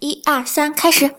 1、2、3，开始。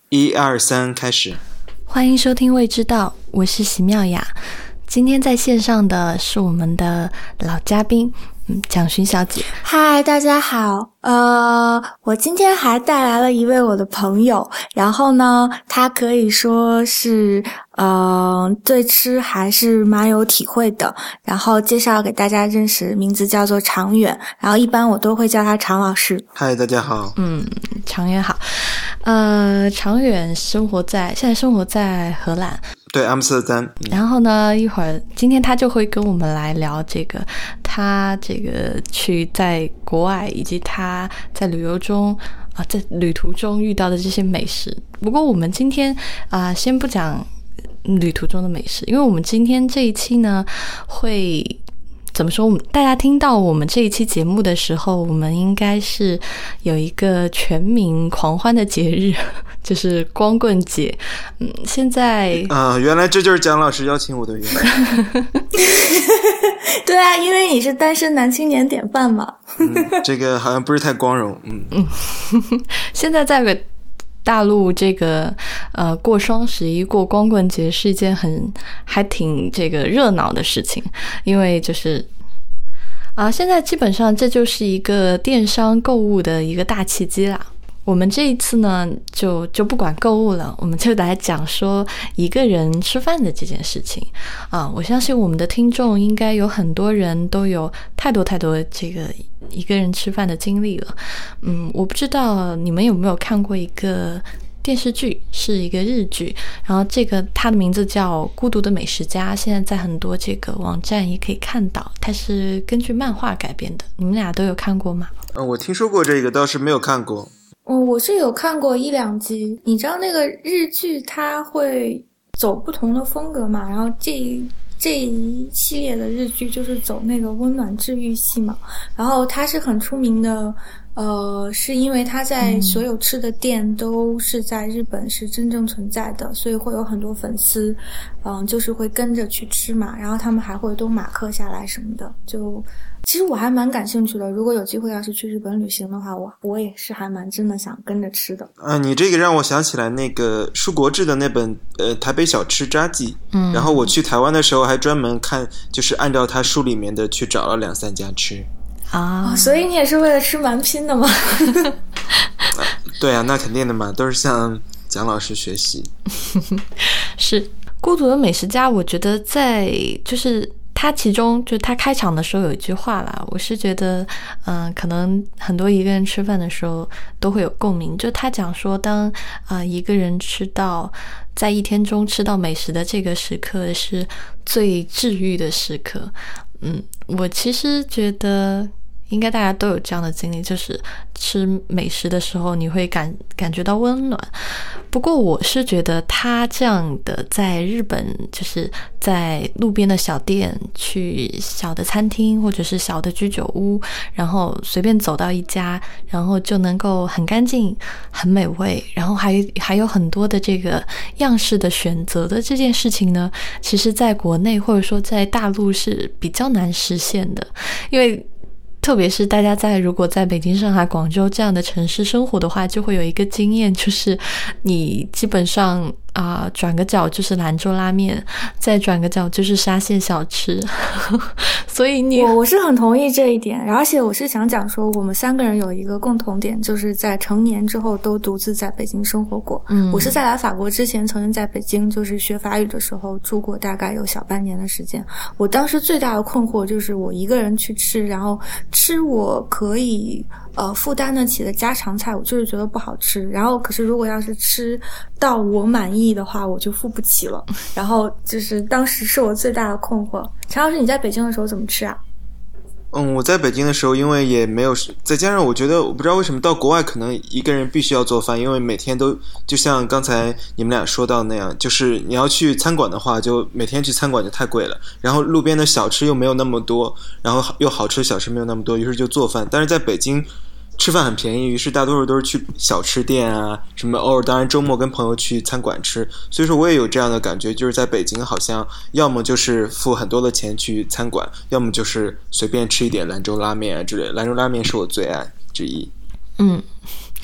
1、2、3，开始。 欢迎收听未知道，我是席妙雅。今天在线上的是我们的老嘉宾，蒋勋小姐。 嗨，大家好。我今天还带来了一位我的朋友，然后呢，他可以说是对吃还是蛮有体会的。然后介绍给大家认识，名字叫做常远，然后一般我都会叫他常老师。 嗨，大家好。 常远好。常远现在生活在荷兰。 对，阿姆斯特丹。 然后呢，今天他就会跟我们来聊他去在国外以及他在在旅途中遇到的这些美食。不过我们今天先不讲旅途中的美食，因为我们今天这一期呢会怎么说？大家听到我们这一期节目的时候，我们应该是有一个全民狂欢的节日，就是光棍节。现在原来这就是蒋老师邀请我的原因。 对啊，因为你是单身男青年典范嘛。 这个好像不是太光荣。 现在在大陆过双11过光棍节是一件还挺热闹的事情，因为现在基本上这就是一个电商购物的一个大契机啦。我们这一次呢就不管购物了，我们就来讲说一个人吃饭的这件事情我相信我们的听众应该有很多人都有太多一个人吃饭的经历了。我不知道你们有没有看过一个电视剧，是一个日剧，然后它的名字叫《孤独的美食家》，现在在很多网站也可以看到，它是根据漫画改编的。你们俩都有看过吗？ 我听说过这个，倒是没有看过。 我是有看过1-2集。你知道那个日剧它会走不同的风格嘛，然后这一系列的日剧就是走那个温暖治愈系嘛，然后它是很出名的，是因为它在所有吃的店都是在日本是真正存在的，所以会有很多粉丝就是会跟着去吃嘛，然后他们还会都马克下来什么的。其实我还蛮感兴趣的，如果有机会要是去日本旅行的话，我也是还蛮真的想跟着吃的。 你这个让我想起来那个舒国治的那本台北小吃札记。然后我去台湾的时候还专门看，就是按照他书里面的去找了2-3家吃。 所以你也是为了吃蛮拼的吗？ 对啊，那肯定的嘛，都是向蒋老师学习。 是孤独的美食家，我觉得他其中他开场的时候有一句话啦，我是觉得可能很多一个人吃饭的时候都会有共鸣，就他讲说当一个人在一天中吃到美食的这个时刻是最治愈的时刻。我其实觉得应该大家都有这样的经历，就是吃美食的时候你会感觉到温暖。不过我是觉得他这样的在日本，就是在路边的小店，去小的餐厅或者是小的居酒屋，然后随便走到一家，然后就能够很干净很美味，然后还有很多的样式的选择的这件事情呢，其实在国内或者说在大陆是比较难实现的。因为特别是大家如果在北京、上海、广州这样的城市生活的话，就会有一个经验，就是你基本上转个角就是兰州拉面，再转个角就是沙县小吃。所以我是很同意这一点，而且我是想讲说我们3个人有一个共同点，就是在成年之后都独自在北京生活过。我是在来法国之前曾经在北京就是学法语的时候住过大概有小半年的时间。我当时最大的困惑就是我一个人去吃，然后吃我可以负担得起的家常菜，我就是觉得不好吃。然后可是如果要是吃到我满意的话，我就付不起了。然后就是当时是我最大的困惑。常老师，你在北京的时候怎么吃啊？ 我在北京的时候，因为也没有，再加上我觉得我不知道为什么到国外可能一个人必须要做饭，因为每天都就像刚才你们俩说到那样，就是你要去餐馆的话，就每天去餐馆就太贵了，然后路边的小吃又没有那么多，然后又好吃的小吃没有那么多，于是就做饭。但是在北京吃饭很便宜，于是大多数都是去小吃店啊，什么偶尔当然周末跟朋友去餐馆吃。所以说我也有这样的感觉，就是在北京好像要么就是付很多的钱去餐馆，要么就是随便吃一点兰州拉面啊之类的。兰州拉面是我最爱之一。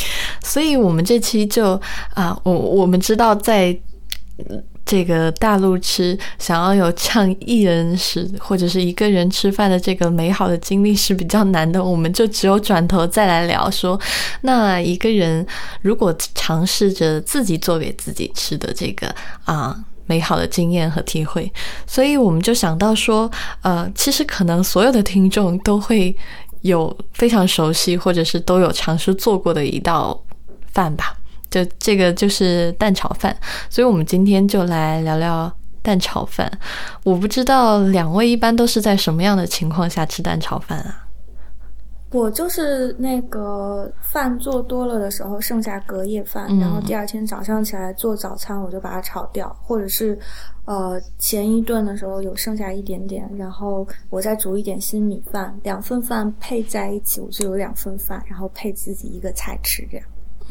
所以我们这期就我们知道在这个大陆吃，想要有这样一人食或者是一个人吃饭的这个美好的经历是比较难的，我们就只有转头再来聊说，那一个人如果尝试着自己做给自己吃的这个美好的经验和体会。所以我们就想到说其实可能所有的听众都会有非常熟悉或者是都有尝试做过的一道饭吧，就这个就是蛋炒饭。所以我们今天就来聊聊蛋炒饭。我不知道两位一般都是在什么样的情况下吃蛋炒饭啊？ 我就是那个饭做多了的时候剩下隔夜饭，然后第二天早上起来做早餐我就把它炒掉，或者是前一顿的时候有剩下一点点，然后我再煮一点新米饭，2份饭配在一起，我就有2份饭，然后配自己一个菜吃这样。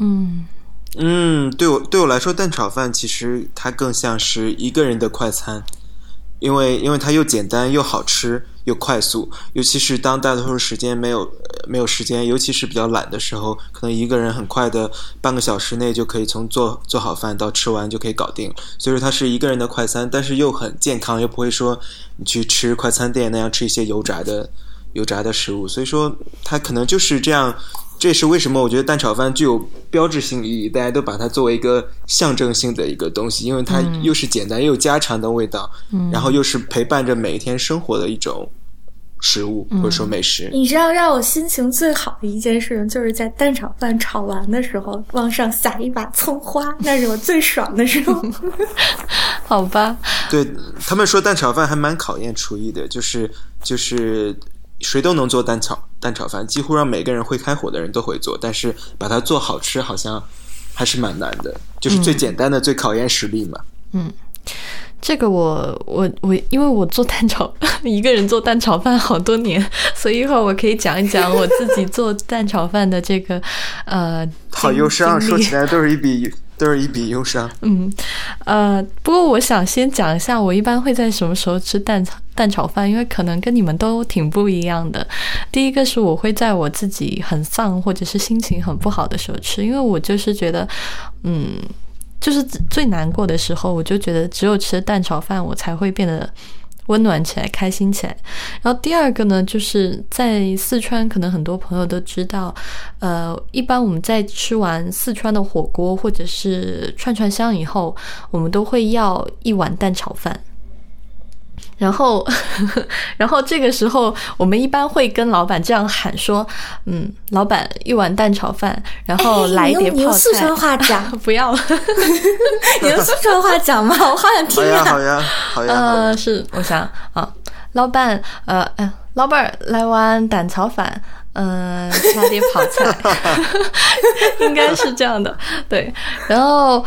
对我来说，蛋炒饭其实它更像是一个人的快餐，因为它又简单又好吃又快速，尤其是当大多数时间没有时间，尤其是比较懒的时候，可能一个人很快的半个小时内就可以从做好饭到吃完就可以搞定，所以说它是一个人的快餐，但是又很健康，又不会说你去吃快餐店那样吃一些油炸的食物，所以说它可能就是这样。这也是为什么我觉得蛋炒饭具有标志性意义，大家都把它作为一个象征性的一个东西，因为它又是简单又有家常的味道，然后又是陪伴着每一天生活的一种食物或者说美食。 你知道让我心情最好的一件事就是在蛋炒饭炒完的时候往上撒一把葱花，那是我最爽的时候。 好吧， 对，他们说蛋炒饭还蛮考验厨艺的，就是谁都能做蛋炒饭，几乎让每个人会开火的人都会做，但是把它做好吃好像还是蛮难的，就是最简单的最考验实力嘛。 这个我因为我做一个人做蛋炒饭好多年，所以一会儿我可以讲一讲我自己做蛋炒饭的这个好忧伤，说起来都是一笔忧伤。 不过我想先讲一下我一般会在什么时候吃蛋炒饭，因为可能跟你们都挺不一样的。第一个是我会在我自己很丧或者是心情很不好的时候吃，因为我就是觉得就是最难过的时候，我就觉得只有吃蛋炒饭我才会变得温暖起来，开心起来。然后第二个呢，就是在四川可能很多朋友都知道一般我们在吃完四川的火锅或者是串香以后，我们都会要一碗蛋炒饭。然后这个时候我们一般会跟老板这样喊说老板一碗蛋炒饭，然后来一碟泡菜。你用四川话讲。 不要了。 你用四川话讲吗？我好想听啊。 好呀是我想老板来碗蛋炒饭，来碟泡菜。应该是这样的。对，然后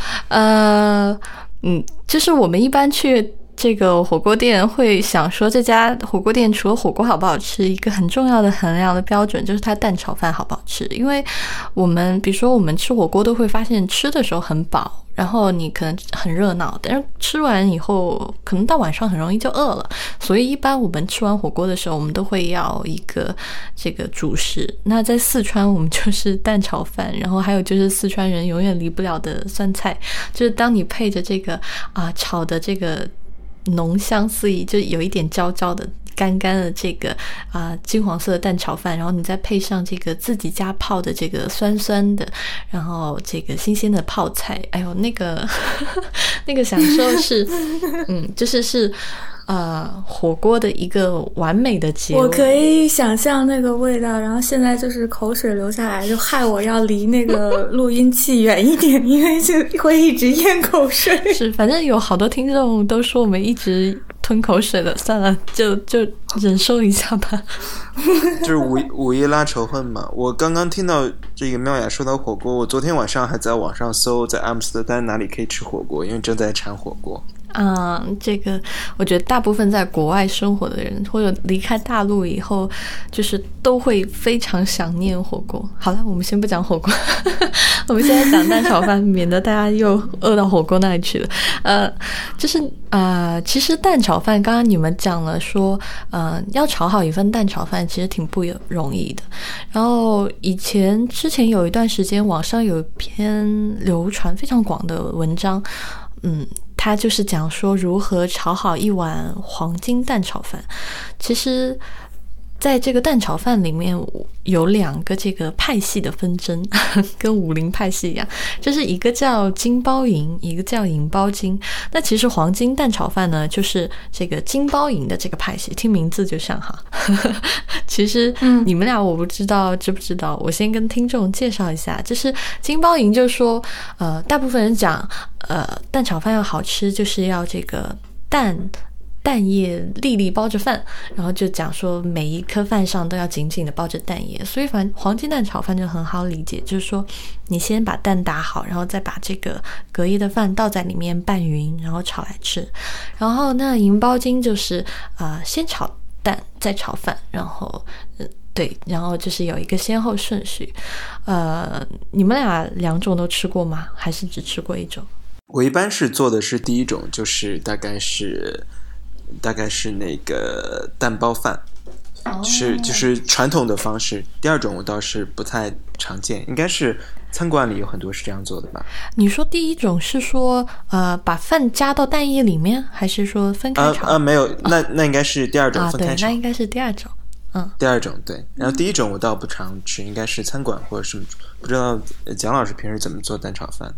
就是我们一般去这个火锅店会想说，这家火锅店除了火锅好不好吃，一个很重要的衡量的标准就是它蛋炒饭好不好吃。因为比如说我们吃火锅都会发现吃的时候很饱，然后你可能很热闹，但是吃完以后可能到晚上很容易就饿了，所以一般我们吃完火锅的时候我们都会要一个这个主食。那在四川我们就是蛋炒饭，然后还有就是四川人永远离不了的酸菜，就是当你配着这个炒的这个浓香四溢，就有一点焦焦的干干的这个金黄色的蛋炒饭，然后你再配上这个自己家泡的这个酸酸的，然后这个新鲜的泡菜，哎呦那个那个享受是就是火锅的一个完美的结尾。 我可以想象那个味道，然后现在就是口水流下来，就害我要离那个录音器远一点，因为就会一直咽口水。 是，反正有好多听众都说我们一直吞口水了，算了，就忍受一下吧。 就是五一拉仇恨嘛。我刚刚听到这个妙雅说到火锅，我昨天晚上还在网上搜在阿姆斯特丹哪里可以吃火锅，因为正在馋火锅。 这个我觉得大部分在国外生活的人或者离开大陆以后，就是都会非常想念火锅。好了，我们先不讲火锅。我们现在讲蛋炒饭，免得大家又饿到火锅那里去了。其实蛋炒饭刚刚你们讲了说要炒好一份蛋炒饭其实挺不容易的。然后之前有一段时间，网上有一篇流传非常广的文章，它就是讲说如何炒好一碗黄金蛋炒饭。其实在这个蛋炒饭里面有2个这个派系的纷争，跟武林派系一样，就是一个叫金包银，一个叫银包金。那其实黄金蛋炒饭呢，就是这个金包银的这个派系，听名字就像哈。其实你们俩我不知道知不知道，我先跟听众介绍一下，就是金包银就是说，大部分人讲，蛋炒饭要好吃，就是要这个蛋液粒粒包着饭，然后就讲说每一颗饭上都要紧紧的包着蛋液，所以黄金蛋炒饭就很好理解，就是说你先把蛋打好，然后再把这个隔夜的饭倒在里面拌匀，然后炒来吃。然后那银包金就是先炒蛋再炒饭，然后对，然后就是有一个先后顺序。你们俩2种都吃过吗？还是只吃过一种？ 我一般是做的是第一种，就是大概是那个蛋包饭，就是传统的方式。第2种我倒是不太常见，应该是餐馆里有很多是这样做的吧。 你说第一种是说把饭加到蛋液里面，还是说分开炒？ 没有，那应该是第2种分开炒。 对，那应该是第2种。 第2种对，然后第1种我倒不常吃，应该是餐馆或者是不知道蒋老师平时怎么做蛋炒饭。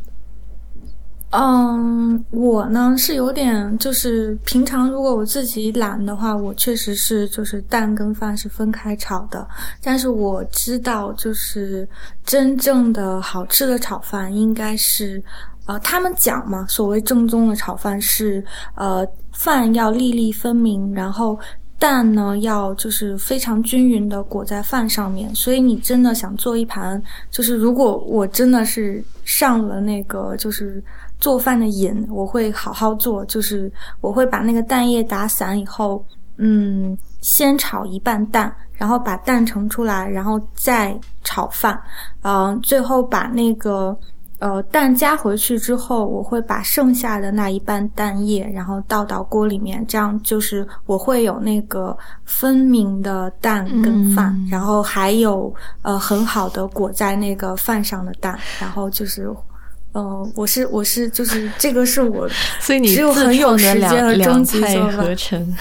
我呢是有点，就是平常如果我自己懒的话，我确实是就是蛋跟饭是分开炒的。但是我知道，就是真正的好吃的炒饭应该是，他们讲嘛，所谓正宗的炒饭是，饭要粒粒分明，然后蛋呢要就是非常均匀的裹在饭上面。所以你真的想做一盘，就是如果我真的是上了那个就是做饭的瘾，我会好好做，就是我会把那个蛋液打散以后，先炒一半蛋，然后把蛋盛出来，然后再炒饭，最后把那个蛋加回去之后，我会把剩下的那一半蛋液然后倒到锅里面，这样就是我会有那个分明的蛋跟饭，然后还有很好的裹在那个饭上的蛋，然后就是我是就是这个是我所以你只有很有时间的终极做法合成。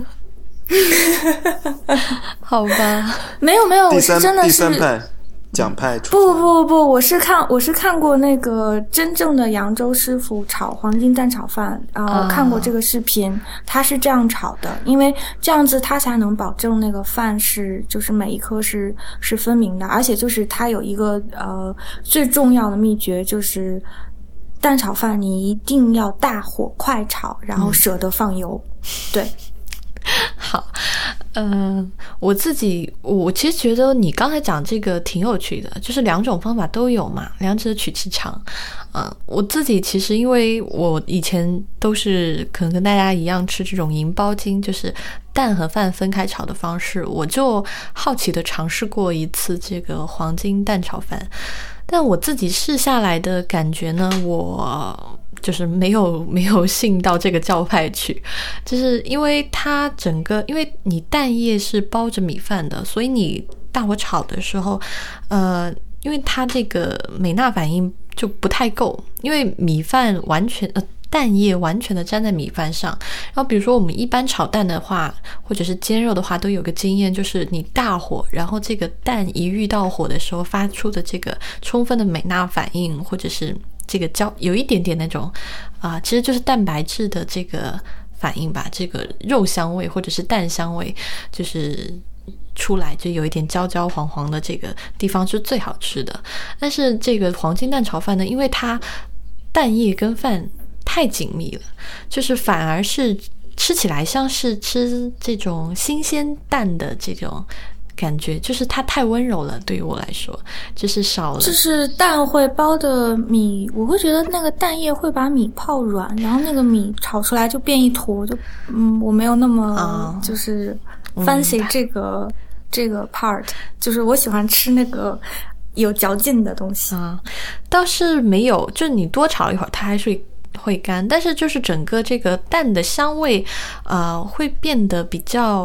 好吧， 没有，我是真的是第三派蒋派出不，我是看过那个真正的扬州师傅炒黄金蛋炒饭看过这个视频，他是这样炒的，因为这样子他才能保证那个饭是就是每一颗是分明的，而且就是他有一个最重要的秘诀，就是蛋炒饭你一定要大火快炒，然后舍得放油。对。 好，我其实觉得你刚才讲这个挺有趣的，就是2种方法都有嘛，两者取其长。我自己其实因为我以前都是可能跟大家一样吃这种银包金，就是蛋和饭分开炒的方式，我就好奇的尝试过一次这个黄金蛋炒饭，但我自己试下来的感觉呢，我就是没有信到这个教派去，就是因为它因为你蛋液是包着米饭的，所以你大火炒的时候，因为它这个美纳反应就不太够，因为米饭蛋液完全的粘在米饭上。然后比如说我们一般炒蛋的话，或者是煎肉的话，都有个经验，就是你大火，然后这个蛋一遇到火的时候发出的这个充分的美纳反应，或者是这个有一点点那种其实就是蛋白质的这个反应吧，这个肉香味或者是蛋香味就是出来，就有一点焦焦黄黄的这个地方是最好吃的。但是这个黄金蛋炒饭呢，因为它蛋液跟饭太紧密了，就是反而是吃起来像是吃这种新鲜蛋的这种感觉，就是它太温柔了，对于我来说就是少了， 就是蛋会包的米，我会觉得那个蛋液会把米泡软，然后那个米炒出来就变一坨，就我没有那么就是fancy这个 part， 就是我喜欢吃那个有嚼劲的东西倒是没有，就你多炒一会儿它还是会干，但是就是整个这个蛋的香味会变得比较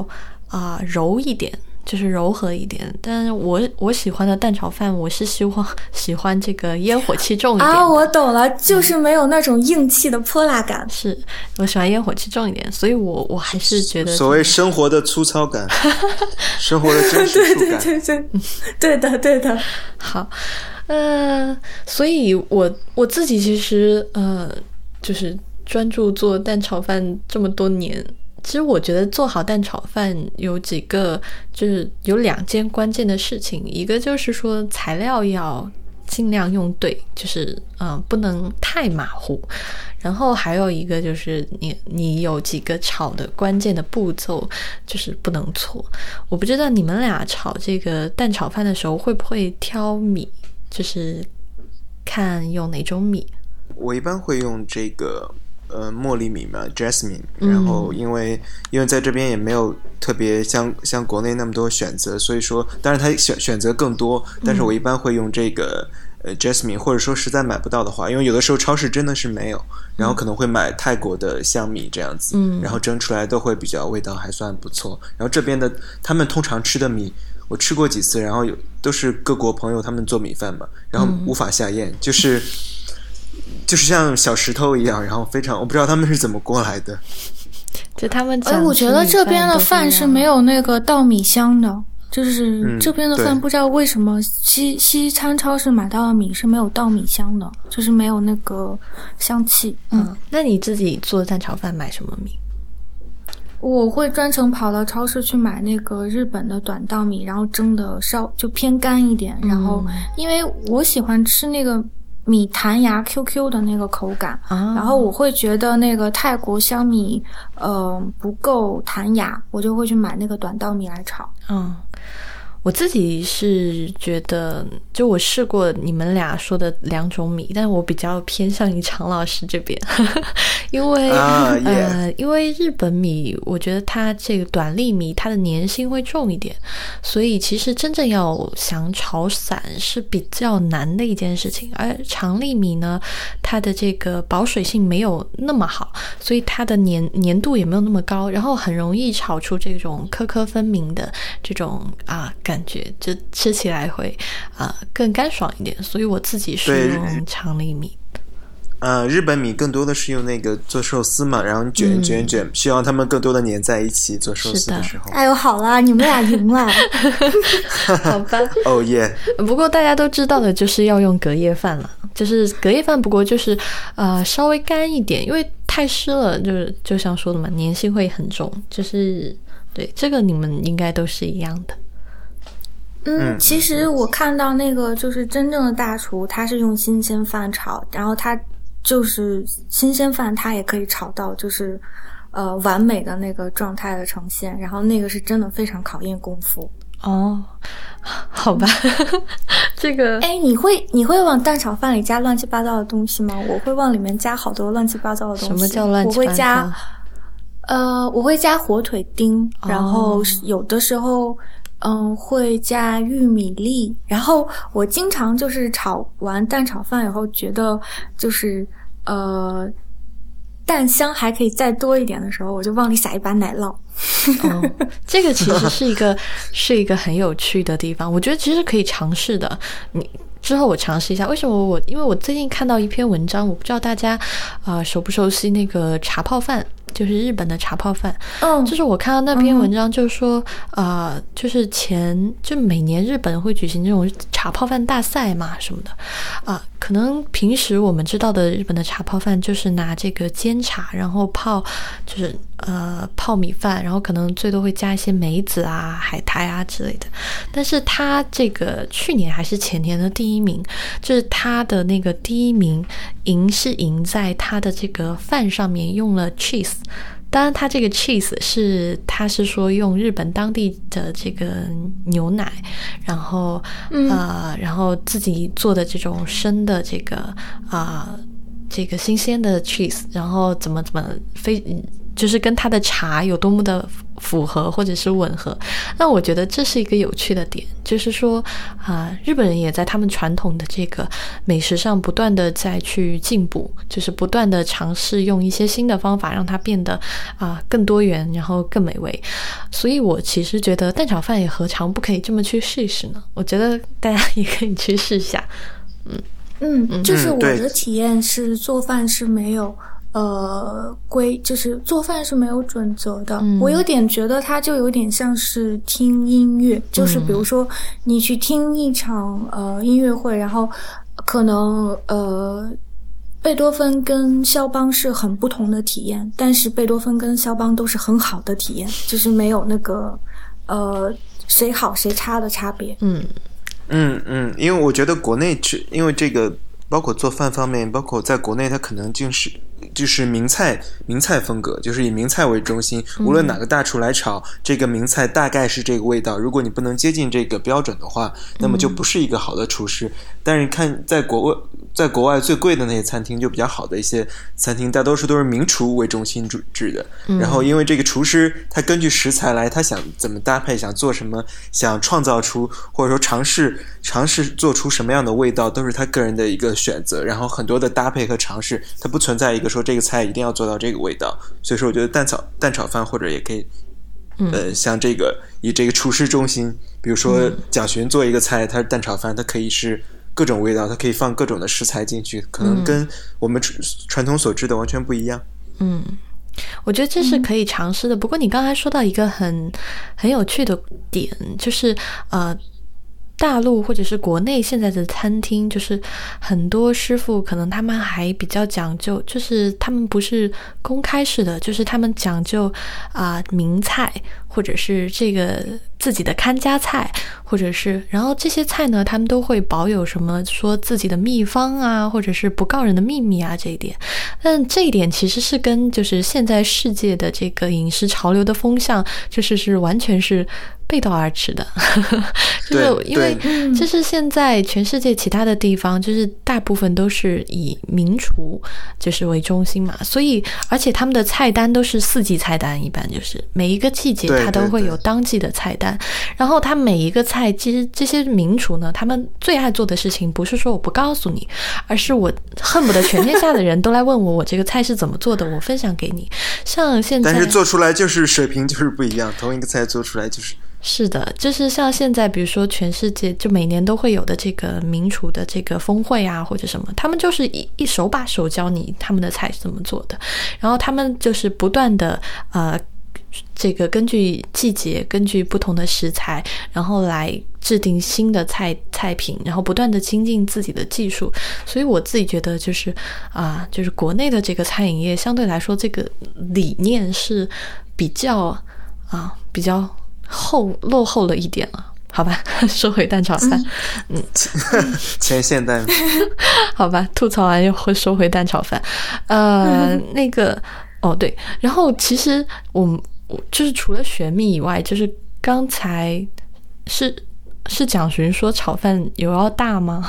柔一点，就是柔和一点。但是我喜欢的蛋炒饭，我是喜欢这个烟火气重一点我懂了，就是没有那种硬气的泼辣感。 是我喜欢烟火气重一点，所以我还是觉得所谓生活的粗糙感，生活的真实触感。 对的。 好，所以我自己其实就是专注做蛋炒饭这么多年。其实我觉得做好蛋炒饭有几个，就是有2件关键的事情，一个就是说材料要尽量用对，就是不能太马虎，然后还有一个就是你有几个炒的关键的步骤就是不能错。我不知道你们俩炒这个蛋炒饭的时候会不会挑米，就是看用哪种米。 我一般会用这个茉莉米嘛 Jasmine， 然后因为在这边也没有特别像国内那么多选择，所以说当然它选择更多，但是我一般会用这个Jasmine， 或者说实在买不到的话，因为有的时候超市真的是没有，然后可能会买泰国的香米这样子，然后蒸出来都会比较味道还算不错。然后这边的他们通常吃的米我吃过几次，然后都是各国朋友他们做米饭嘛，然后无法下咽，就是像小石头一样，然后非常我不知道他们是怎么过来的。 就他们我觉得这边的饭是没有那个稻米香的，就是这边的饭不知道为什么西餐超市买到的米是没有稻米香的，就是没有那个香气。 那你自己做蛋炒饭买什么米？ 我会专程跑到超市去买那个日本的短稻米，然后蒸的就偏干一点，然后因为我喜欢吃那个米弹牙 QQ 的那个口感，然后我会觉得那个泰国香米不够弹牙，我就会去买那个短稻米来炒。 我自己是觉得，就我试过你们俩说的2种米，但我比较偏向于常老师这边，因为因为日本米，我觉得它这个短粒米它的粘性会重一点，所以其实真正要想炒散是比较难的一件事情。而长粒米呢，它的这个保水性没有那么好，所以它的粘度也没有那么高，然后很容易炒出这种颗颗分明的这种感觉，就吃起来会更干爽一点，所以我自己是用长粒米。 日本米更多的是用那个做寿司嘛，然后你卷，希望他们更多的粘在一起做寿司的时候。 哎呦，好啦，你们俩赢了。 好吧。 哦耶！ 不过大家都知道的就是要用隔夜饭了，就是隔夜饭，不过就是稍微干一点，因为太湿了，就像说的嘛，粘性会很重，就是对这个你们应该都是一样的。 其实我看到那个就是真正的大厨，他是用新鲜饭炒，然后他就是新鲜饭，他也可以炒到就是完美的那个状态的呈现，然后那个是真的非常考验功夫。 好吧。这个你会往蛋炒饭里加乱七八糟的东西吗？我会往里面加好多乱七八糟的东西。 什么叫乱七八糟？ 我会加火腿丁，然后有的时候会加玉米粒，然后我经常就是炒完蛋炒饭以后觉得就是蛋香还可以再多一点的时候，我就往里撒一把奶酪。 这个其实是一个很有趣的地方，我觉得其实可以尝试的。之后我尝试一下。为什么因为我最近看到一篇文章，我不知道大家熟不熟悉那个茶泡饭，就是日本的茶泡饭。就是我看到那篇文章，就是说就是就每年日本会举行这种茶泡饭大赛嘛什么的可能平时我们知道的日本的茶泡饭就是拿这个煎茶，然后就是泡米饭，然后可能最多会加一些梅子海苔之类的。但是他这个去年还是前年的第1名，就是他的那个第1名赢在他的这个饭上面用了 cheese。当然他这个 cheese 他是说用日本当地的这个牛奶，然后然后自己做的这种生的这个新鲜的 cheese， 然后怎么就是跟它的茶有多么的符合或者是吻合。那我觉得这是一个有趣的点，就是说日本人也在他们传统的这个美食上不断的再去进步，就是不断的尝试用一些新的方法让它变得更多元，然后更美味。所以我其实觉得蛋炒饭也何尝不可以这么去试试呢？我觉得大家也可以去试一下。 就是我的体验是做饭是没有就是做饭是没有准则的。我有点觉得它就有点像是听音乐，就是比如说你去听一场音乐会，然后可能贝多芬跟肖邦是很不同的体验，但是贝多芬跟肖邦都是很好的体验，就是没有那个谁好谁差的差别。 因为我觉得国内因为这个包括做饭方面，包括在国内它可能就是名菜风格，就是以名菜为中心，无论哪个大厨来炒，这个名菜大概是这个味道，如果你不能接近这个标准的话，那么就不是一个好的厨师。但是看在国外最贵的那些餐厅，就比较好的一些餐厅，大多数都是名厨为中心制的，然后因为这个厨师他根据食材来，他想怎么搭配，想做什么，想创造出或者说尝试做出什么样的味道，都是他个人的一个选择，然后很多的搭配和尝试，它不存在一个说这个菜一定要做到这个味道。所以说我觉得蛋炒饭或者也可以像这个以这个厨师中心，比如说蒋勋做一个菜，它是蛋炒饭，它可以是各种味道，它可以放各种的食材进去，可能跟我们传统所知的完全不一样。 我觉得这是可以尝试的。不过你刚才说到一个很有趣的点，就是大陆或者是国内现在的餐厅，就是很多师傅可能他们还比较讲究，就是他们不是公开式的，就是他们讲究名菜，或者是这个自己的看家菜，或者是然后这些菜呢，他们都会保有什么说自己的秘方啊，或者是不告人的秘密啊这一点。但这一点其实是跟就是现在世界的这个饮食潮流的风向就是完全是背道而驰的。就是因为就是现在全世界其他的地方就是大部分都是以名厨就是为中心嘛，所以而且他们的菜单都是4季菜单，一般就是每一个季节它都会有当季的菜单。然后他每一个菜，其实这些名厨呢，他们最爱做的事情不是说我不告诉你，而是我恨不得全天下的人都来问我这个菜是怎么做的，我分享给你。像现在， 但是做出来就是水平就是不一样，同一个菜做出来是的，就是像现在比如说全世界就每年都会有的这个名厨的这个峰会啊或者什么，他们就是一手把手教你他们的菜是怎么做的，然后他们就是不断的这个根据季节根据不同的食材，然后来制定新的菜品，然后不断的精进自己的技术。所以我自己觉得就是就是国内的这个餐饮业相对来说这个理念是比较落后了一点了，好吧，说回蛋炒饭。 前现代好吧，吐槽完又会说回蛋炒饭。那个对，然后其实我就是除了玄秘以外，就是刚才是蒋勋说炒饭油要大吗？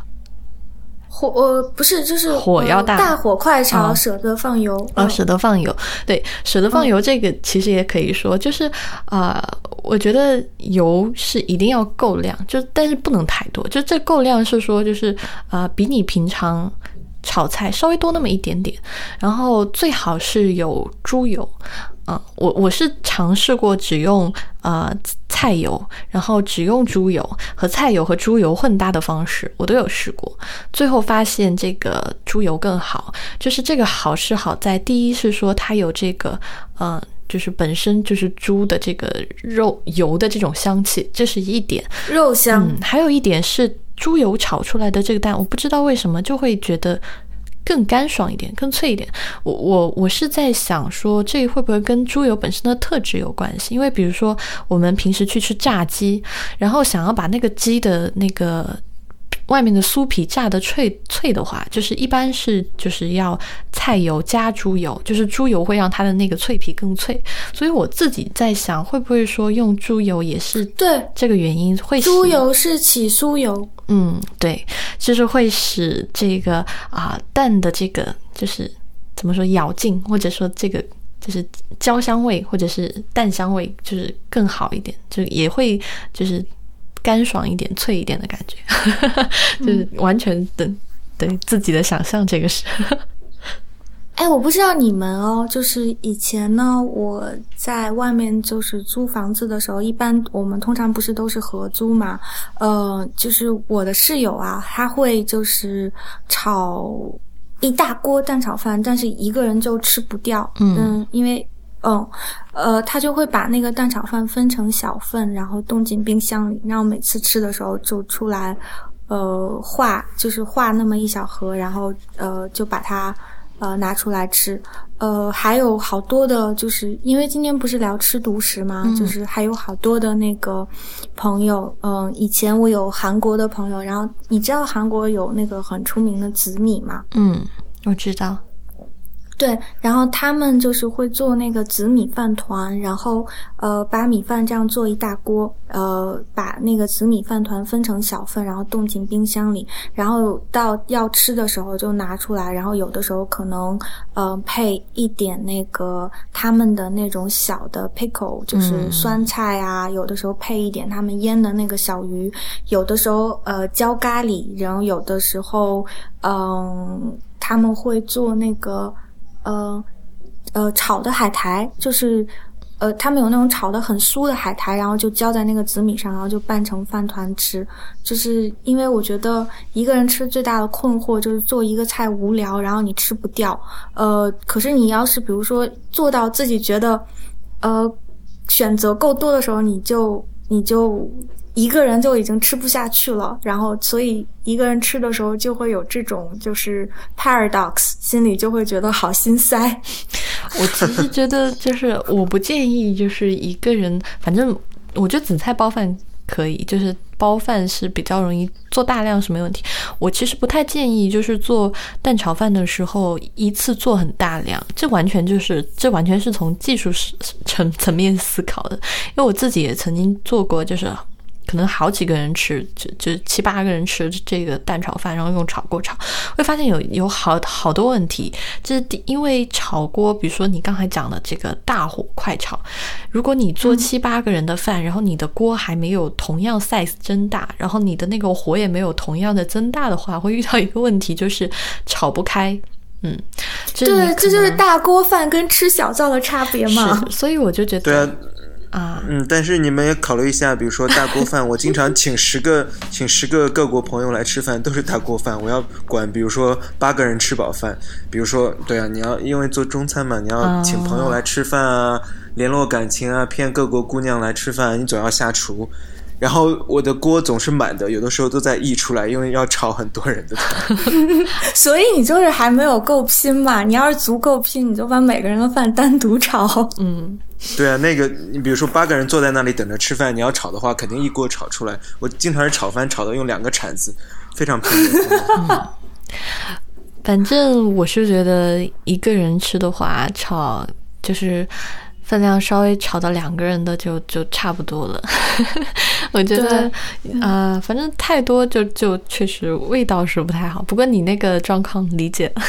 不是，就是火要大火快炒，舍得放油。 舍得放油，对，舍得放油这个其实也可以说，就是我觉得油是一定要够量，但是不能太多，就这够量是说就是比你平常炒菜稍微多那么一点点，然后最好是有猪油。我是尝试过只用菜油，然后只用猪油和菜油和猪油混搭的方式，我都有试过，最后发现这个猪油更好。就是这个好是好在第一是说它有这个就是本身就是猪的这个肉油的这种香气，这是一点， 肉香。 还有一点是猪油炒出来的这个蛋，我不知道为什么就会觉得更干爽一点，更脆一点。我是在想说这会不会跟猪油本身的特质有关系，因为比如说我们平时去吃炸鸡，然后想要把那个鸡的那个外面的酥皮炸的脆的话，就是一般是就是要菜油加猪油，就是猪油会让它的那个脆皮更脆。所以我自己在想会不会说用猪油也是对这个原因，会猪油是起酥油。 对，就是会使这个蛋的这个就是怎么说咬劲，或者说这个就是焦香味或者是蛋香味就是更好一点，就也会就是干爽一点脆一点的感觉就是完全对自己的想象，这个是哎，我不知道你们哦，就是以前呢，我在外面就是租房子的时候，一般我们通常不是都是合租嘛，就是我的室友啊，他会就是炒一大锅蛋炒饭，但是一个人就吃不掉，因为他就会把那个蛋炒饭分成小份，然后冻进冰箱里，然后每次吃的时候就出来，化那么一小盒，然后就把它拿出来吃。还有好多的，就是因为今天不是聊吃独食嘛，就是还有好多的那个朋友，以前我有韩国的朋友，然后你知道韩国有那个很出名的紫米吗？ 我知道。 对，然后他们就是会做那个紫米饭团，然后把米饭这样做一大锅，把那个紫米饭团分成小份，然后冻进冰箱里，然后到要吃的时候就拿出来，然后有的时候可能配一点那个他们的那种小的 pickle， 就是酸菜啊，有的时候配一点他们腌的那个小鱼，有的时候浇咖喱，然后有的时候他们会做那个炒的海苔，就是他们有那种炒的很酥的海苔，然后就浇在那个紫米上，然后就拌成饭团吃。就是因为我觉得一个人吃最大的困惑就是做一个菜无聊，然后你吃不掉。可是你要是比如说做到自己觉得选择够多的时候，你就一个人就已经吃不下去了，然后所以一个人吃的时候就会有这种就是 paradox， 心里就会觉得好心塞。 我其实觉得就是我不建议就是一个人，反正我觉得紫菜包饭可以，就是包饭是比较容易做大量是没问题。我其实不太建议就是做蛋炒饭的时候一次做很大量，这完全是从技术层面思考的。因为我自己也曾经做过，就是可能好几个人吃，就7、8个人吃这个蛋炒饭，然后用炒锅炒，会发现有好多问题。就是因为炒锅，比如说你刚才讲的这个大火快炒，如果你做7、8个人的饭，然后你的锅还没有同样 size 增大，然后你的那个火也没有同样的增大的话，会遇到一个问题，就是炒不开。 对，这就是大锅饭跟吃小灶的差别嘛。 所以我就觉得对啊。但是你们也考虑一下，比如说大锅饭，我经常请10个各国朋友来吃饭，都是大锅饭，我要管，比如说8个人吃饱饭，比如说对啊，你要因为做中餐嘛，你要请朋友来吃饭啊，联络感情啊，骗各国姑娘来吃饭，你总要下厨。然后我的锅总是满的，有的时候都在溢出来，因为要炒很多人的饭。 所以你就是还没有够拼嘛，你要是足够拼，你就把每个人的饭单独炒。 对啊，那个你比如说8个人坐在那里等着吃饭，你要炒的话肯定一锅炒出来。我经常是炒饭炒到用2个铲子，非常拼的。 反正我是觉得一个人吃的话，炒就是分量稍微炒到2个人的就差不多了。我觉得反正太多就确实味道是不太好，不过你那个状况理解了。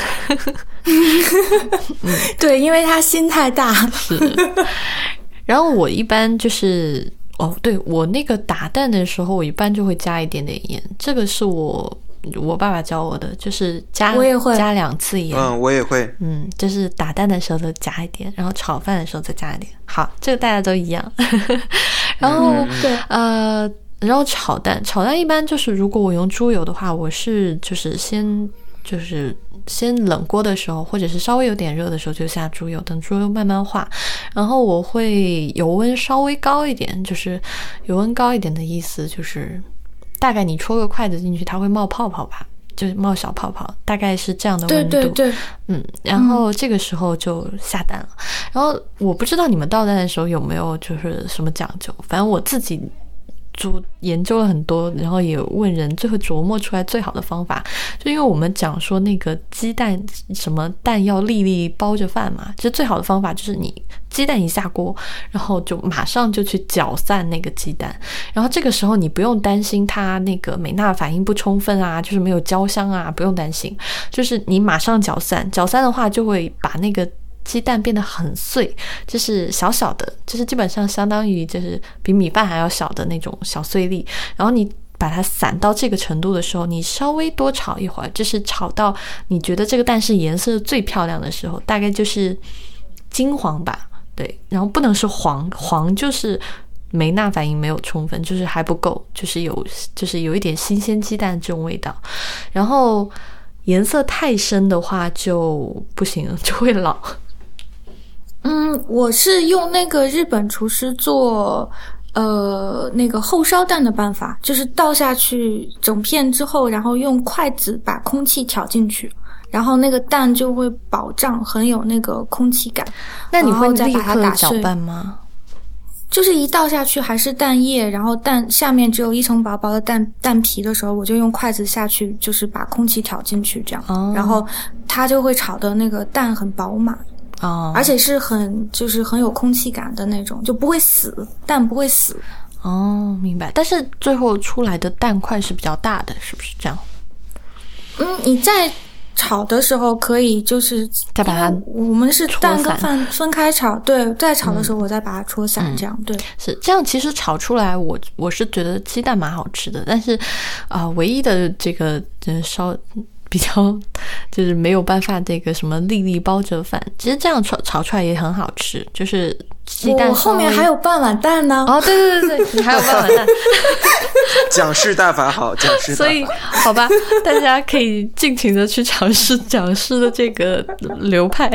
对，因为他心太大。 是。然后我一般就是对，我那个打蛋的时候我一般就会加一点点盐，这个是我爸爸教我的，就是我也会加2次盐。 我也会。 就是打蛋的时候都加一点，然后炒饭的时候再加一点。好，这个大家都一样。然后对， 然后炒蛋一般就是如果我用猪油的话，我是就是先冷锅的时候，或者是稍微有点热的时候就下猪油，等猪油慢慢化。然后我会油温稍微高一点，就是油温高一点的意思就是大概你戳个筷子进去，它会冒泡泡吧，就是冒小泡泡，大概是这样的温度。 对。 然后这个时候就下蛋了。然后我不知道你们倒蛋的时候有没有就是什么讲究，反正我自己研究了很多，然后也问人，最后琢磨出来最好的方法，就因为我们讲说那个鸡蛋什么蛋要粒粒包着饭嘛，其实最好的方法就是你鸡蛋一下锅，然后就马上就去搅散那个鸡蛋，然后这个时候你不用担心它那个美纳反应不充分啊，就是没有焦香啊，不用担心，就是你马上搅散的话就会把那个鸡蛋变得很碎，就是小小的，就是基本上相当于就是比米饭还要小的那种小碎粒，然后你把它散到这个程度的时候，你稍微多炒一会儿，就是炒到你觉得这个蛋是颜色最漂亮的时候，大概就是金黄吧，对，然后不能是黄，黄就是梅纳反应没有充分，就是还不够，就是有一点新鲜鸡蛋这种味道。然后颜色太深的话就不行，就会老。 我是用那个日本厨师做那个后烧蛋的办法，就是倒下去整片之后，然后用筷子把空气挑进去，然后那个蛋就会饱胀，很有那个空气感。 那你会立再把它刻打碎搅拌吗？ 就是一倒下去还是蛋液，然后蛋下面只有一层薄薄的蛋皮的时候，我就用筷子下去，就是把空气挑进去，这样，然后它就会炒的那个蛋很饱满，而且是就是很有空气感的那种，就不会死，蛋不会死。 明白。但是最后出来的蛋块是比较大的，是不是这样？ 你在炒的时候可以就是再把它我们是蛋跟饭分开炒，对，在炒的时候我再把它搓散，这样，对， 是这样。其实炒出来我是觉得鸡蛋蛮好吃的，但是唯一的这个稍比较就是没有办法这个什么粒粒包着饭，其实这样炒出来也很好吃，就是鸡蛋我后面还有半碗蛋呢。 对，你还有半碗蛋。 蒋氏大法好，蒋氏大法。 所以好吧，大家可以尽情的去尝试蒋氏的这个流派。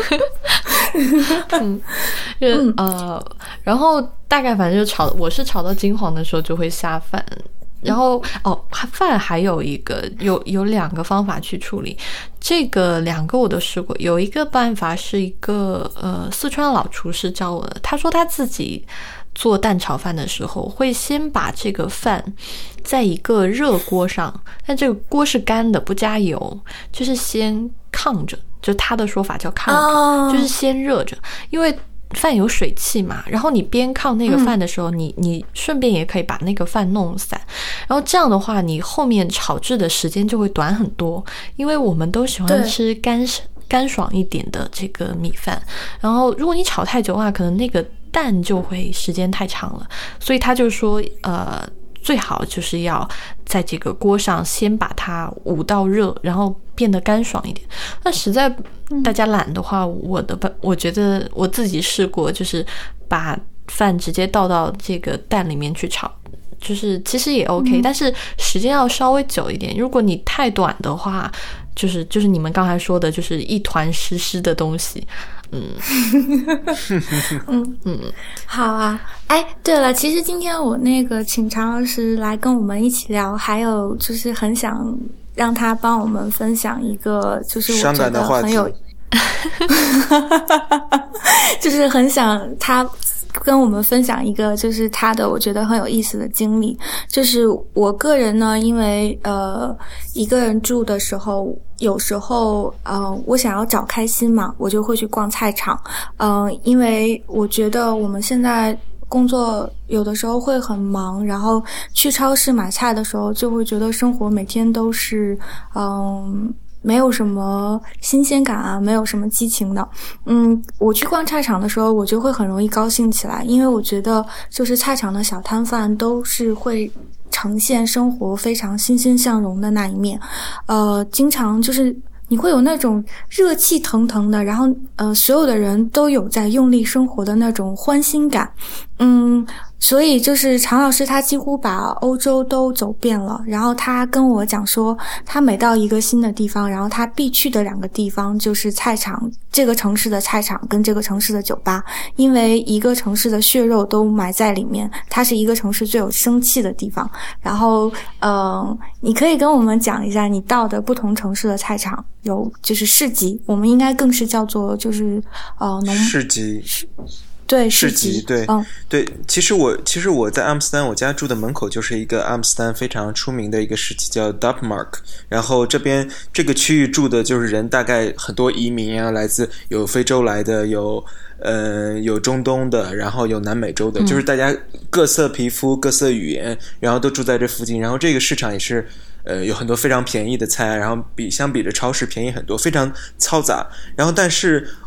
然后大概反正就我是炒到金黄的时候就会下饭。然后饭还有一个有两个方法去处理，这个两个我都试过。有一个办法是一个四川老厨师教我的，他说他自己做蛋炒饭的时候会先把这个饭在一个热锅上，但这个锅是干的，不加油，就是先炕着，就他的说法叫炕着，就是先热着，因为饭有水汽嘛，然后你边炕那个饭的时候，你顺便也可以把那个饭弄散，然后这样的话你后面炒制的时间就会短很多，因为我们都喜欢吃干爽一点的这个米饭，然后如果你炒太久的话，可能那个蛋就会时间太长了，所以他就说最好就是要在这个锅上先把它捂到热，然后变得干爽一点。那实在大家懒的话，我觉得我自己试过，就是把饭直接倒到这个蛋里面去炒，就是其实也 OK，但是时间要稍微久一点。如果你太短的话，就是你们刚才说的，就是一团湿湿的东西。 好啊。对了，其实今天我那个请常老师来跟我们一起聊，还有就是很想让他帮我们分享一个，就是我觉得很有就是很想他跟我们分享一个就是他的我觉得很有意思的经历。就是我个人呢，因为一个人住的时候，有时候我想要找开心嘛，我就会去逛菜场。因为我觉得我们现在工作有的时候会很忙，然后去超市买菜的时候就会觉得生活每天都是没有什么新鲜感啊，没有什么激情的。我去逛菜场的时候，我就会很容易高兴起来，因为我觉得就是菜场的小摊贩都是会呈现生活非常欣欣向荣的那一面。经常就是你会有那种热气腾腾的，然后所有的人都有在用力生活的那种欢欣感。所以就是常老师他几乎把欧洲都走遍了，然后他跟我讲说，他每到一个新的地方，然后他必去的两个地方就是菜场，这个城市的菜场跟这个城市的酒吧，因为一个城市的血肉都埋在里面，它是一个城市最有生气的地方。然后你可以跟我们讲一下你到的不同城市的菜场，有就是市集，我们应该更是叫做就是市集。 对， 市集，对，对。其实我在阿姆斯特丹，我家住的门口就是一个阿姆斯特丹非常出名的一个市集，叫 Dopmark。然后这边这个区域住的就是人，大概很多移民啊，来自有非洲来的，有中东的，然后有南美洲的，就是大家各色皮肤、各色语言，然后都住在这附近。然后这个市场也是有很多非常便宜的菜，然后相比着超市便宜很多，非常嘈杂。然后但是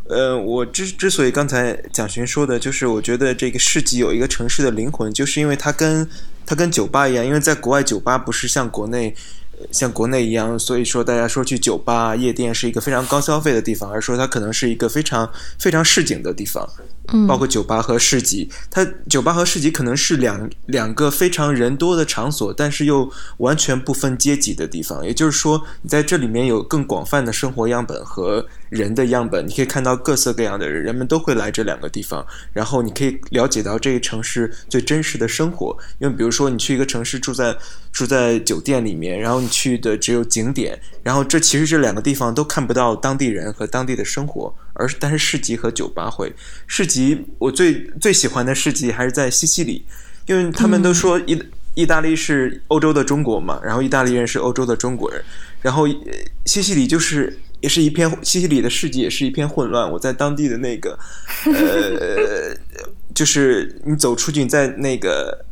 我之所以刚才蒋勋说的，就是我觉得这个市集有一个城市的灵魂，就是因为它跟酒吧一样，因为在国外酒吧不是像国内一样，所以说大家说去酒吧夜店是一个非常高消费的地方，而说它可能是一个非常非常市井的地方。包括酒吧和市集，它酒吧和市集可能是两个非常人多的场所，但是又完全不分阶级的地方。也就是说，你在这里面有更广泛的生活样本和人的样本，你可以看到各色各样的人，人们都会来这两个地方，然后你可以了解到这个城市最真实的生活。因为比如说你去一个城市住在酒店里面，然后你去的只有景点，然后其实这两个地方都看不到当地人和当地的生活，但是市集和酒吧会。市集我最喜欢的市集还是在西西里，因为他们都说意大利是欧洲的中国嘛，然后意大利人是欧洲的中国人，然后西西里西西里的市集也是一片混乱。我在当地的那个就是你走出去，你在那个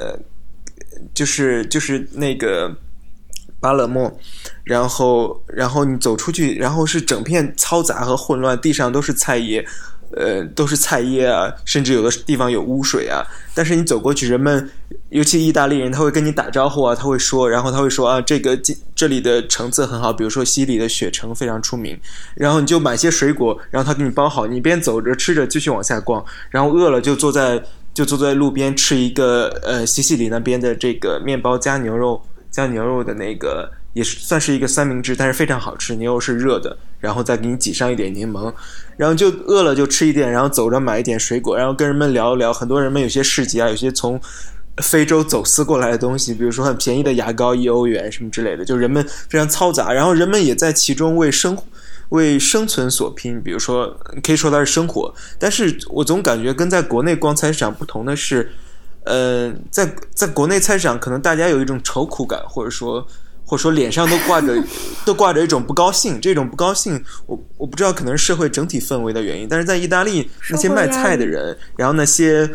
就是那个巴勒莫，然后你走出去，然后是整片嘈杂和混乱，地上都是菜叶啊，甚至有的地方有污水啊。但是你走过去，人们尤其意大利人，他会跟你打招呼啊，他会说啊，这里的橙子很好，比如说西里的雪橙非常出名，然后你就买些水果，然后他给你包好，你边走着吃着继续往下逛，然后饿了就坐在路边吃一个西西里那边的这个面包加牛肉的那个，也算是一个三明治，但是非常好吃，牛肉是热的，然后再给你挤上一点柠檬，然后就饿了就吃一点，然后走着买一点水果，然后跟人们聊一聊。很多人们有些市集啊，有些从非洲走私过来的东西，比如说很便宜的牙膏1欧元什么之类的，就人们非常嘈杂，然后人们也在其中为生存所拼，比如说可以说它是生活。但是我总感觉跟在国内逛菜市场不同的是，在国内菜市场可能大家有一种愁苦感，或者说脸上都挂着一种不高兴，这种不高兴我不知道，可能是社会整体氛围的原因。但是在意大利，那些卖菜的人，然后那些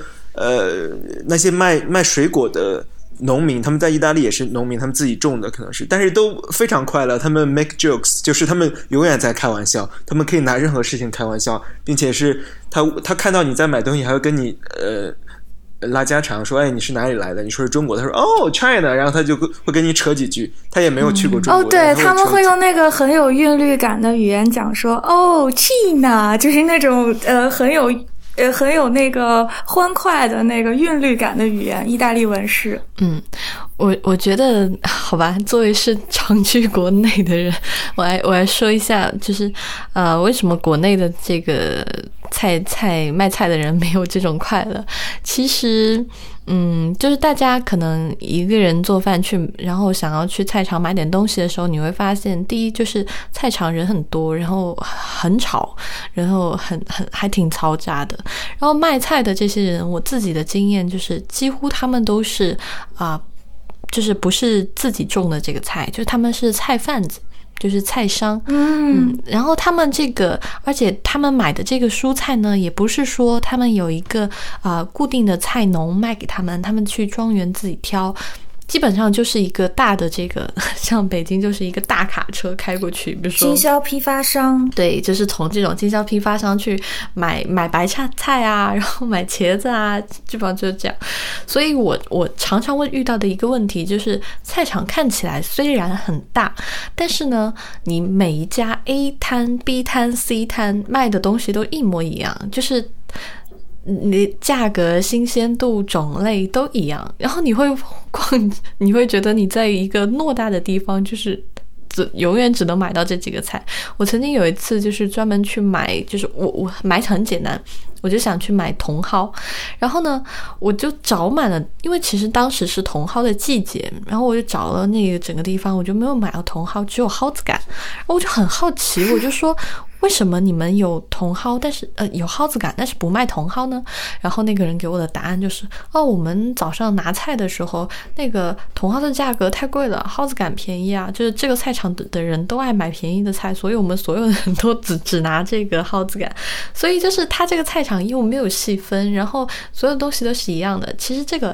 卖水果的农民，他们在意大利也是农民，他们自己种的可能是，但是都非常快乐，他们 make jokes， 就是他们永远在开玩笑，他们可以拿任何事情开玩笑，并且是他看到你在买东西还会跟你拉家常，说哎你是哪里来的，你说是中国，他说哦 China， 然后他就会跟你扯几句，他也没有去过中国。 对，他们会用那个很有韵律感的语言讲说哦 China， 就是那种很有那个欢快的那个韵律感的语言，意大利文式。 我觉得好吧，作为是常去国内的人，我来说一下，就是为什么国内的这个卖菜的人没有这种快乐。其实就是大家可能一个人做饭去，然后想要去菜场买点东西的时候，你会发现第一就是菜场人很多，然后很吵，然后还挺嘈杂的。然后卖菜的这些人，我自己的经验就是几乎他们都是就是不是自己种的这个菜，就是他们是菜贩子，就是菜商。然后他们而且他们买的这个蔬菜呢，也不是说他们有一个固定的菜农卖给他们去庄园自己挑，基本上就是一个大的这个，像北京就是一个大卡车开过去，比如说经销批发商， 对，就是从这种经销批发商去买白菜啊，然后买茄子啊，基本上就是这样。所以我常常会遇到的一个问题就是，菜场看起来虽然很大，但是呢，你每一家 A 摊、B 摊、C 摊卖的东西都一模一样，就是你价格、新鲜度、种类都一样，然后你会觉得你在一个偌大的地方，就是永远只能买到这几个菜。我曾经有一次就是专门去买，就是我买很简单，我就想去买茼蒿，然后呢我就找满了，因为其实当时是茼蒿的季节，然后我就找了那个整个地方，我就没有买到茼蒿，只有蒿子杆。然后我就很好奇，我就说为什么你们有茼蒿，但是有蒿子杆，但是不卖茼蒿呢？然后那个人给我的答案就是我们早上拿菜的时候，那个茼蒿的价格太贵了，蒿子杆便宜啊，就是这个菜场的人都爱买便宜的菜，所以我们所有的人都只拿这个蒿子杆。所以就是他这个菜场又没有细分，然后所有东西都是一样的。其实这个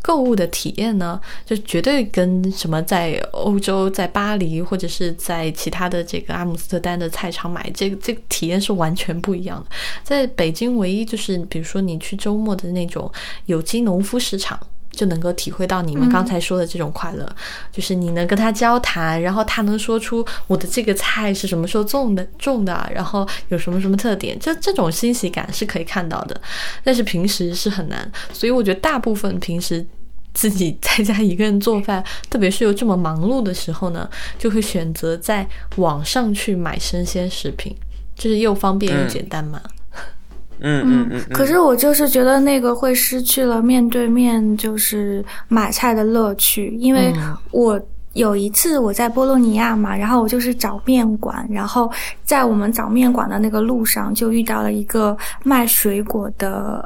购物的体验呢，就绝对跟什么在欧洲、在巴黎或者是在其他的这个阿姆斯特丹的菜场买这个体验是完全不一样的。在北京唯一就是比如说你去周末的那种有机农夫市场，就能够体会到你们刚才说的这种快乐，就是你能跟他交谈，然后他能说出我的这个菜是什么时候种的，然后有什么什么特点，这种欣喜感是可以看到的，但是平时是很难。所以我觉得大部分平时自己在家一个人做饭，特别是有这么忙碌的时候呢，就会选择在网上去买生鲜食品，就是又方便又简单嘛。 可是我就是觉得那个会失去了面对面就是买菜的乐趣，因为我有一次我在波洛尼亚嘛，然后我就是找面馆，然后在我们找面馆的那个路上就遇到了一个卖水果的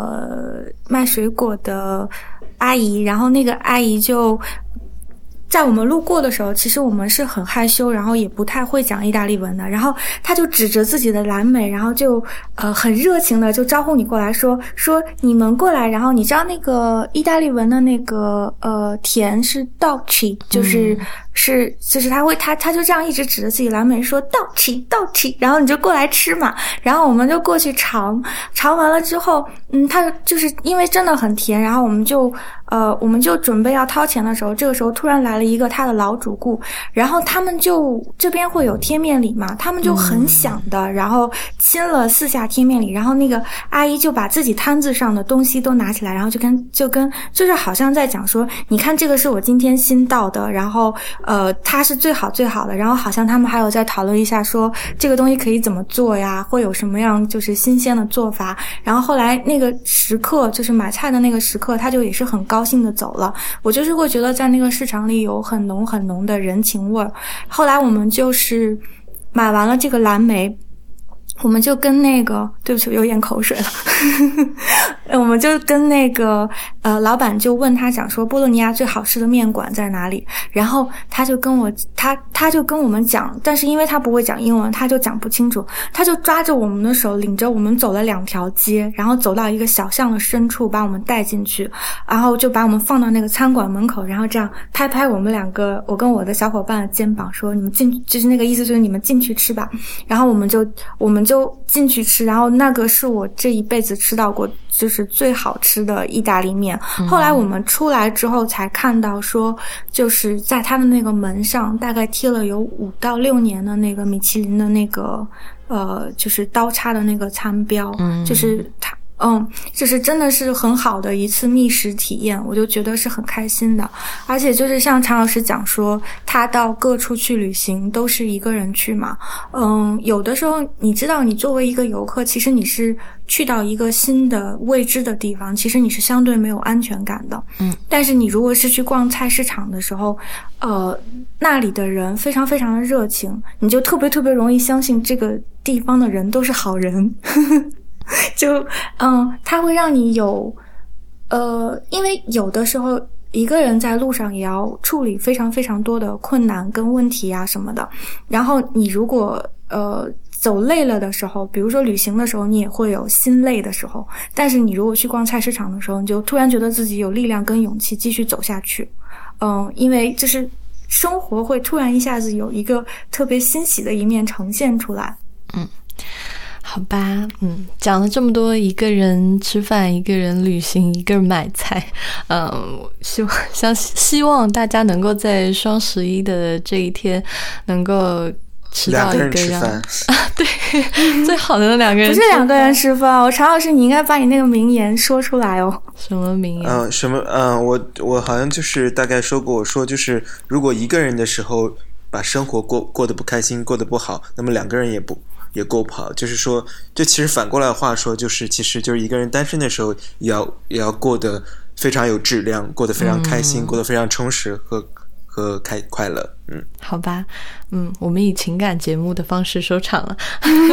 阿姨，然后那个阿姨就在我们路过的时候，其实我们是很害羞，然后也不太会讲意大利文的，然后他就指着自己的蓝莓，然后就很热情的就招呼你过来说你们过来，然后你知道那个意大利文的那个甜是 dolce， 就是他就这样一直指着自己蓝莓说 dolce， 然后你就过来吃嘛，然后我们就过去尝完了之后，他就是因为真的很甜，然后我们就准备要掏钱的时候，这个时候突然来了一个他的老主顾，然后他们就这边会有贴面礼嘛，他们就很想的，然后亲了4下贴面礼，然后那个阿姨就把自己摊子上的东西都拿起来，然后就是好像在讲说，你看这个是我今天新到的，然后它是最好的，然后好像他们还有在讨论一下说这个东西可以怎么做呀，会有什么样就是新鲜的做法，然后后来那个食客就是买菜的那个食客，他就也是很高兴的走了。我就是会觉得在那个市场里有很浓很浓的人情味儿。后来我们就是买完了这个蓝莓，我们就跟那个，对不起，我又咽口水了我们就跟那个老板就问他讲说波洛尼亚最好吃的面馆在哪里，然后他就跟我们讲，但是因为他不会讲英文，他就讲不清楚，他就抓着我们的手领着我们走了2条街，然后走到一个小巷的深处把我们带进去，然后就把我们放到那个餐馆门口，然后这样拍拍我们2个，我跟我的小伙伴的肩膀说你们就是那个意思就是你们进去吃吧，然后我们就进去吃，然后那个是我这一辈子吃到过就是最好吃的意大利面。后来我们出来之后才看到说，就是在他的那个门上大概贴了有5到6年的那个米其林的那个就是刀叉的那个餐标，就是他就是真的是很好的一次觅食体验，我就觉得是很开心的。而且就是像常老师讲说，他到各处去旅行都是一个人去嘛，有的时候你知道你作为一个游客，其实你是去到一个新的未知的地方，其实你是相对没有安全感的。但是你如果是去逛菜市场的时候，那里的人非常非常的热情，你就特别特别容易相信这个地方的人都是好人就它会让你有因为有的时候一个人在路上也要处理非常非常多的困难跟问题啊什么的，然后你如果走累了的时候，比如说旅行的时候你也会有心累的时候，但是你如果去逛菜市场的时候，你就突然觉得自己有力量跟勇气继续走下去。因为就是生活会突然一下子有一个特别欣喜的一面呈现出来。 好吧，讲了这么多，一个人吃饭，一个人旅行，一个人买菜，希望大家能够在双11的这一天能够吃到一个 2个人吃饭对，最好的2个人不是2个人吃饭，常老师你应该把你那个名言说出来哦。 什么名言？ 我好像就是大概说过，我说就是如果一个人的时候把生活过得不开心，过得不好，那么2个人也过不好，就是说，这其实反过来话说，就是其实就是一个人单身的时候，也要过得非常有质量，过得非常开心，过得非常充实和快乐。 好吧，我们以情感节目的方式收场了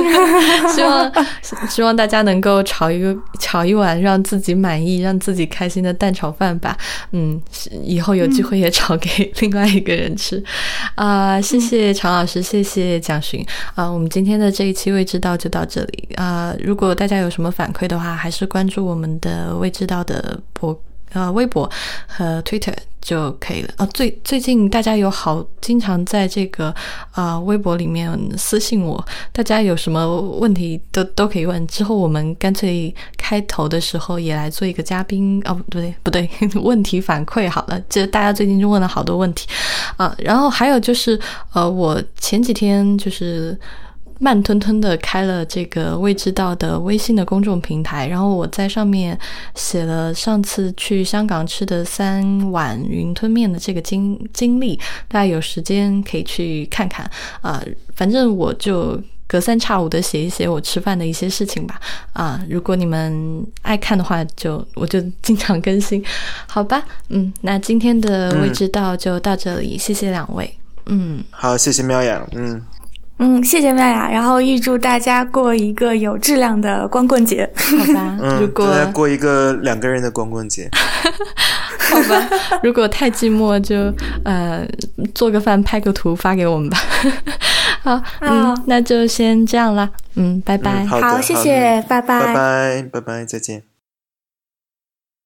希望大家能够炒一碗让自己满意让自己开心的蛋炒饭吧。以后有机会也炒给另外一个人吃谢谢常老师，谢谢蒋勋我们今天的这一期未知道就到这里如果大家有什么反馈的话，还是关注我们的未知道的微博和 Twitter 就可以了。最近大家经常在这个微博里面私信我，大家有什么问题都可以问。之后我们干脆开头的时候也来做一个嘉宾不对问题反馈好了，这大家最近就问了好多问题然后还有就是我前几天就是慢吞吞的开了这个未知道的微信的公众平台，然后我在上面写了上次去香港吃的3碗云吞面的这个经历，大家有时间可以去看看反正我就隔三差五的写一写我吃饭的一些事情吧如果你们爱看的话我就经常更新，好吧那今天的未知道就到这里，谢谢2位好，谢谢喵雅谢谢妙雅，然后预祝大家过一个有质量的光棍节， 好吧如果大家过一个2个人的光棍节好吧如果太寂寞就做个饭拍个图发给我们吧好那就先这样啦拜拜好谢谢拜拜拜拜，再见。